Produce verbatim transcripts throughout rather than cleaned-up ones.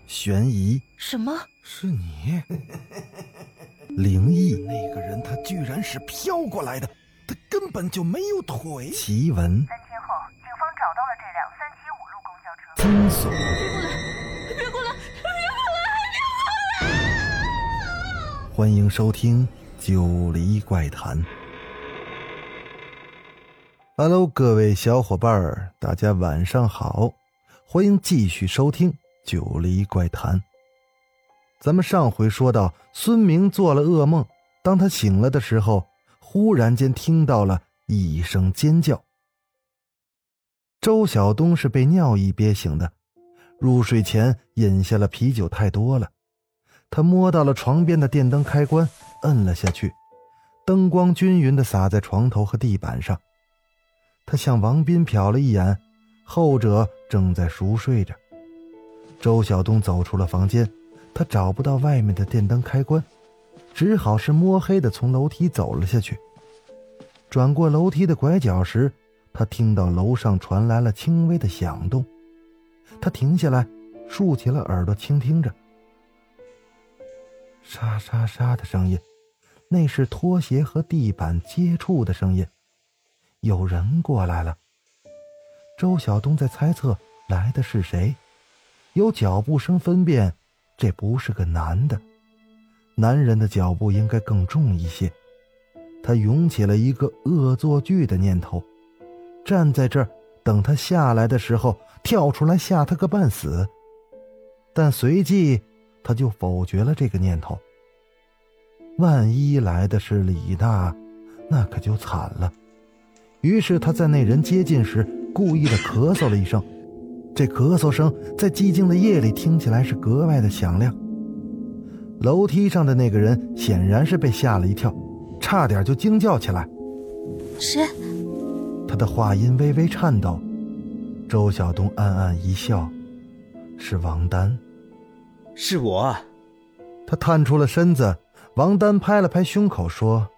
悬疑， 什么？ 是你？ 灵异， 那个人他居然是飘过来的，他根本就没有腿。 奇闻， 三天后，警方找到了这辆三七五路公交车。 惊悚， 别过来！别过来！别过来！别过来！ 欢迎收听九黎怪谈。Hello， 各位小伙伴儿，大家晚上好，欢迎继续收听九黎怪谈。咱们上回说到，孙明做了噩梦，当他醒了的时候，忽然间听到了一声尖叫。周晓东是被尿意憋醒的，入睡前饮下了啤酒太多了，他摸到了床边的电灯开关，摁了下去，灯光均匀地洒在床头和地板上。他向王斌瞟了一眼，后者正在熟睡着。周晓东走出了房间，他找不到外面的电灯开关，只好是摸黑的从楼梯走了下去。转过楼梯的拐角时，他听到楼上传来了轻微的响动，他停下来，竖起了耳朵倾听着。沙沙沙的声音，那是拖鞋和地板接触的声音。有人过来了。周晓东在猜测来的是谁，有脚步声分辨这不是个男的，男人的脚步应该更重一些。他涌起了一个恶作剧的念头，站在这儿等他下来的时候跳出来吓他个半死，但随即他就否决了这个念头。万一来的是李大，那可就惨了。于是他在那人接近时故意的咳嗽了一声，这咳嗽声在寂静的夜里听起来是格外的响亮。楼梯上的那个人显然是被吓了一跳，差点就惊叫起来。 谁？ 他的话音微微颤抖。周晓东暗暗一笑，是王丹。 是我。 他探出了身子，王丹拍了拍胸口说：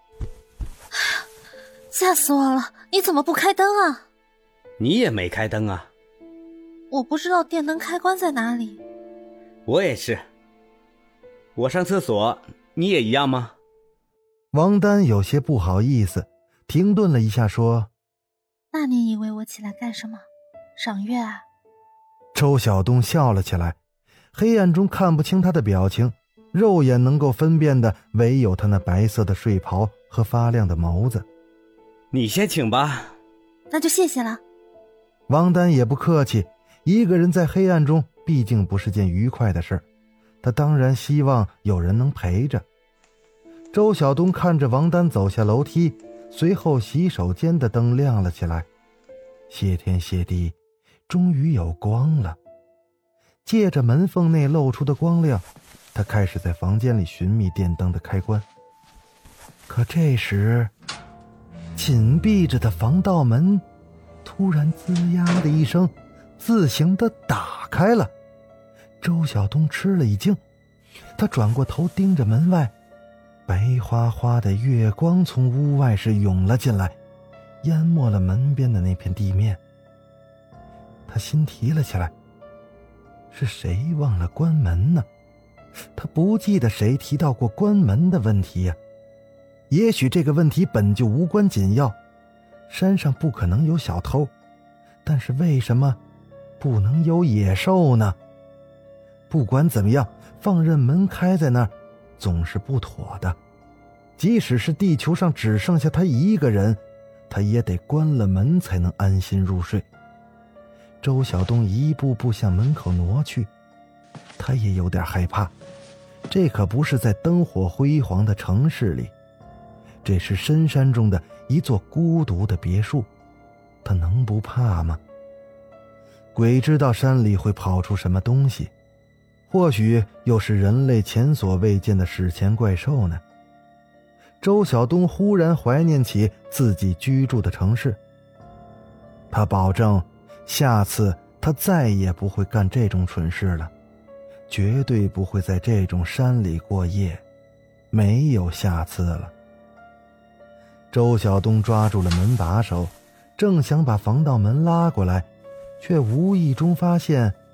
吓死我了，你怎么不开灯啊？ 你也没开灯啊？ 我不知道电灯开关在哪里。 我也是。我上厕所，你也一样吗？ 王丹有些不好意思，停顿了一下说： 那你以为我起来干什么？赏月啊？ 周晓东笑了起来，黑暗中看不清他的表情，肉眼能够分辨的唯有他那白色的睡袍和发亮的眸子。 你先请吧。 那就谢谢了。 王丹也不客气，一个人在黑暗中毕竟不是件愉快的事，他当然希望有人能陪着。周晓东看着王丹走下楼梯，随后洗手间的灯亮了起来。谢天谢地，终于有光了。借着门缝内露出的光亮，他开始在房间里寻觅电灯的开关。可这时紧闭着的防盗门突然吱呀的一声自行的打开了。周晓东吃了一惊，他转过头盯着门外，白花花的月光从屋外是涌了进来，淹没了门边的那片地面。他心提了起来，是谁忘了关门呢？他不记得谁提到过关门的问题呀、啊。也许这个问题本就无关紧要，山上不可能有小偷，但是为什么不能有野兽呢？不管怎么样，放任门开在那儿总是不妥的。即使是地球上只剩下他一个人，他也得关了门才能安心入睡。周晓东一步步向门口挪去，他也有点害怕，这可不是在灯火辉煌的城市里，这是深山中的一座孤独的别墅，他能不怕吗？鬼知道山里会跑出什么东西，或许又是人类前所未见的史前怪兽呢。周晓东忽然怀念起自己居住的城市，他保证下次他再也不会干这种蠢事了，绝对不会在这种山里过夜，没有下次了。周晓东抓住了门把手，正想把防盗门拉过来，却无意中发现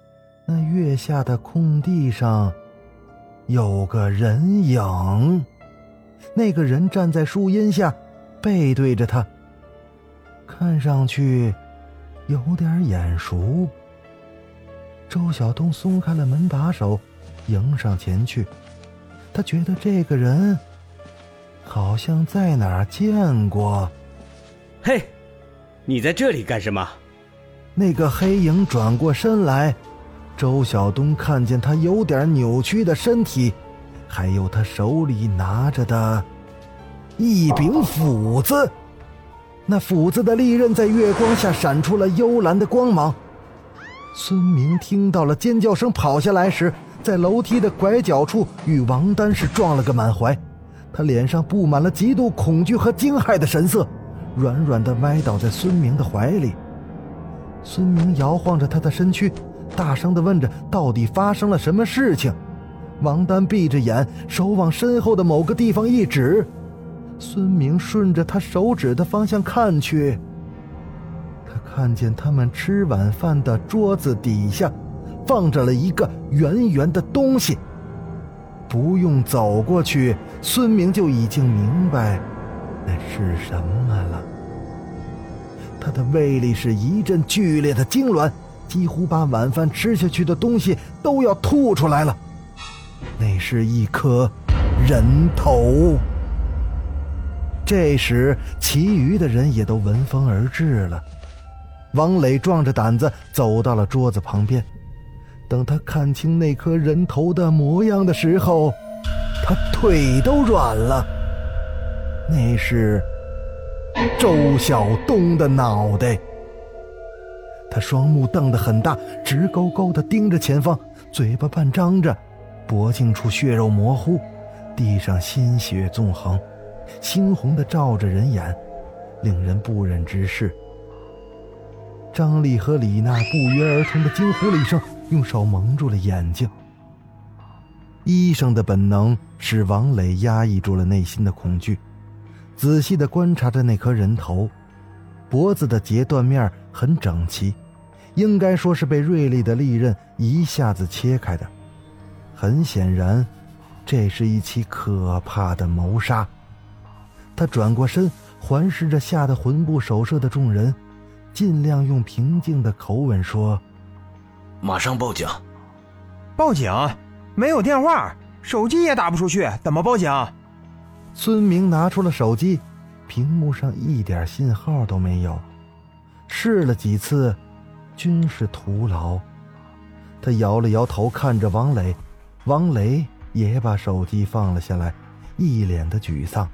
那月下的空地上有个人影，那个人站在树荫下，背对着他，看上去有点眼熟。周晓东松开了门把手，迎上前去。他觉得这个人好像在哪儿见过。 嘿，你在这里干什么？ 那个黑影转过身来，周晓东看见他有点扭曲的身体，还有他手里拿着的一柄斧子。那斧子的利刃在月光下闪出了幽蓝的光芒。孙明听到了尖叫声，跑下来时，在楼梯的拐角处与王丹是撞了个满怀。他脸上布满了极度恐惧和惊骇的神色，软软地歪倒在孙明的怀里。孙明摇晃着他的身躯，大声地问着到底发生了什么事情。王丹闭着眼，手往身后的某个地方一指。孙明顺着他手指的方向看去，他看见他们吃晚饭的桌子底下放着了一个圆圆的东西。不用走过去，孙明就已经明白那是什么了。他的胃里是一阵剧烈的痉挛，几乎把晚饭吃下去的东西都要吐出来了。那是一颗人头。这时其余的人也都闻风而至了。王磊壮着胆子走到了桌子旁边，等他看清那颗人头的模样的时候，他腿都软了。那是周晓东的脑袋。他双目瞪得很大，直勾勾地盯着前方，嘴巴半张着，脖颈处血肉模糊，地上鲜血纵横，猩红地照着人眼，令人不忍直视。张丽和李娜不约而同地惊呼了一声，用手蒙住了眼睛。医生的本能使王磊压抑住了内心的恐惧，仔细地观察着那颗人头。脖子的截断面很整齐，应该说是被锐利的利刃一下子切开的。很显然，这是一起可怕的谋杀。他转过身，环视着吓得魂不守舍的众人，尽量用平静的口吻说： 马上报警。 报警？没有电话，手机也打不出去，怎么报警？ 孙明拿出了手机，屏幕上一点信号都没有，试了几次均是徒劳。他摇了摇头，看着王磊，王磊也把手机放了下来，一脸的沮丧。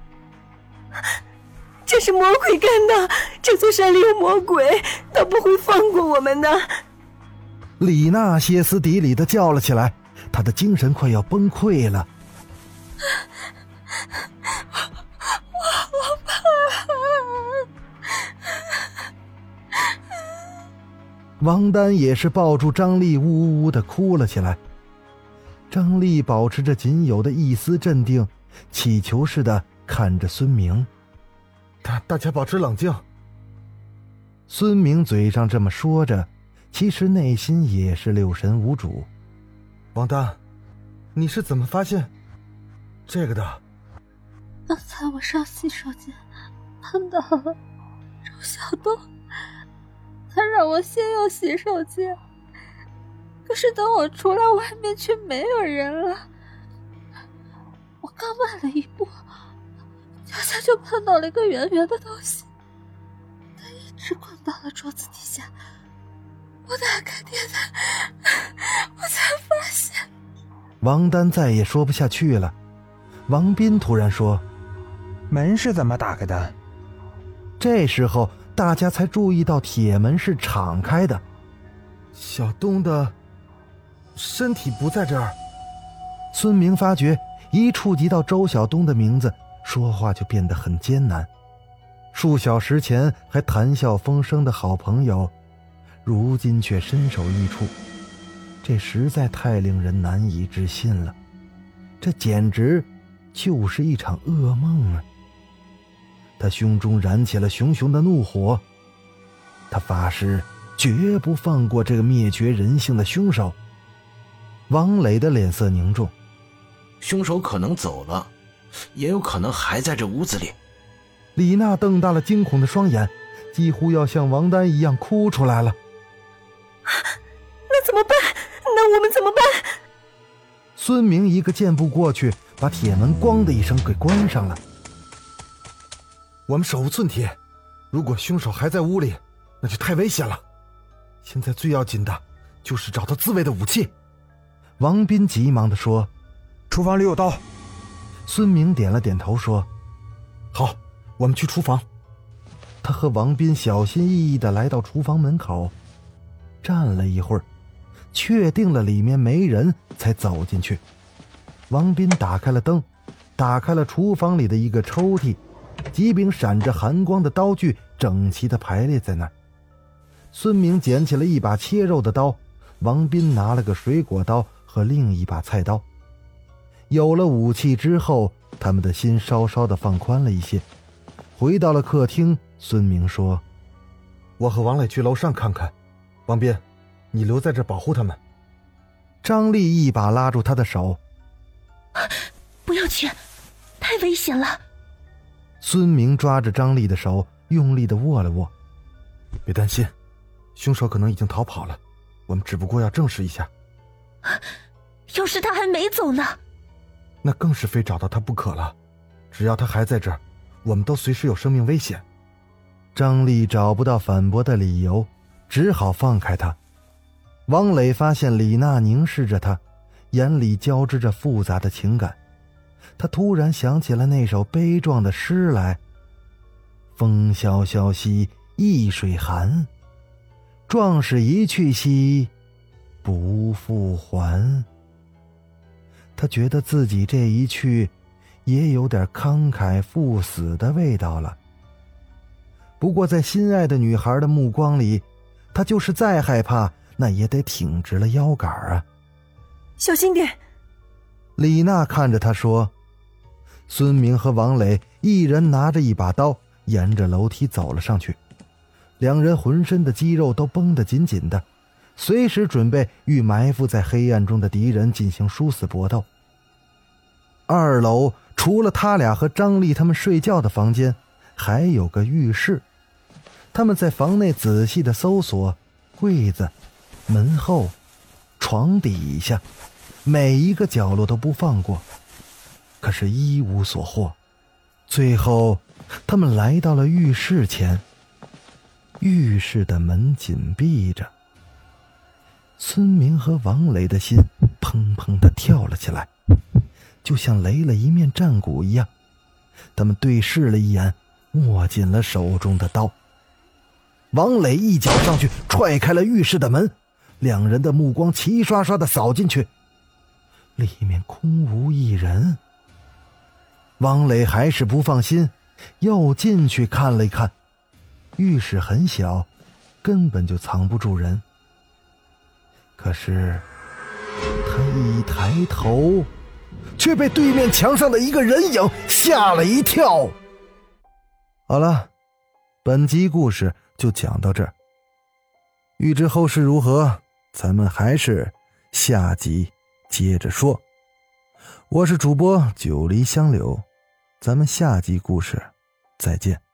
这是魔鬼干的，这座山里有魔鬼，他不会放过我们的。 李娜歇斯底里地叫了起来，她的精神快要崩溃了。 我我怕。 王丹也是抱住张丽，呜呜呜地哭了起来。张丽保持着仅有的一丝镇定，乞求似的看着孙明。大大家保持冷静。孙明嘴上这么说着，其实内心也是六神无主。王丹，你是怎么发现这个的？ 刚才我上洗手间碰到了周晓东，他让我先用洗手间，可是等我出来，外面却没有人了。我刚迈了一步，脚下就碰到了一个圆圆的东西，它一直滚到了桌子底下。我打开电台，我才发现。 王丹再也说不下去了。王斌突然说： 门是怎么打开的？ 这时候大家才注意到铁门是敞开的。小东的身体不在这儿。孙明发觉一触及到周晓东的名字，说话就变得很艰难。数小时前还谈笑风生的好朋友，如今却身首异处，这实在太令人难以置信了。这简直就是一场噩梦啊！他胸中燃起了熊熊的怒火，他发誓绝不放过这个灭绝人性的凶手。 王磊的脸色凝重， 凶手可能走了，也有可能还在这屋子里。 李娜瞪大了惊恐的双眼，几乎要像王丹一样哭出来了。 那怎么办？那我们怎么办？ 孙明一个箭步过去，把铁门咣的一声给关上了。 我们手无寸铁，如果凶手还在屋里，那就太危险了。现在最要紧的就是找到自卫的武器。 王斌急忙地说： 厨房里有刀。 孙明点了点头说： 好，我们去厨房。 他和王斌小心翼翼地来到厨房门口，站了一会儿，确定了里面没人才走进去。王斌打开了灯，打开了厨房里的一个抽屉，几柄闪着寒光的刀具整齐地排列在那儿。孙明捡起了一把切肉的刀，王斌拿了个水果刀和另一把菜刀。有了武器之后，他们的心稍稍地放宽了一些。回到了客厅，孙明说： 我和王磊去楼上看看，王斌，你留在这保护他们。 张丽一把拉住他的手： 不要去，太危险了。 孙明抓着张丽的手用力地握了握： 别担心，凶手可能已经逃跑了，我们只不过要证实一下。 要是他还没走呢？ 那更是非找到他不可了。只要他还在这儿，我们都随时有生命危险。 张丽找不到反驳的理由，只好放开他。王磊发现李娜凝视着他，眼里交织着复杂的情感。他突然想起了那首悲壮的诗来：风萧萧兮易水寒，壮士一去兮不复还。他觉得自己这一去也有点慷慨赴死的味道了。不过在心爱的女孩的目光里，他就是再害怕，那也得挺直了腰杆啊。 小心点。 李娜看着他说。孙明和王磊一人拿着一把刀，沿着楼梯走了上去。两人浑身的肌肉都绷得紧紧的，随时准备与埋伏在黑暗中的敌人进行殊死搏斗。二楼除了他俩和张丽他们睡觉的房间，还有个浴室。他们在房内仔细地搜索，柜子、门后、床底下，每一个角落都不放过，可是一无所获。最后他们来到了浴室前，浴室的门紧闭着。孙明和王磊的心砰砰地跳了起来，就像擂了一面战鼓一样。他们对视了一眼，握紧了手中的刀。王磊一脚上去踹开了浴室的门，两人的目光齐刷刷地扫进去，里面空无一人。王磊还是不放心，又进去看了一看。浴室很小，根本就藏不住人。可是他一抬头，却被对面墙上的一个人影吓了一跳。好了，本集故事就讲到这儿。欲知后事如何，咱们还是下集接着说。我是主播九黎香柳，咱们下集故事再见。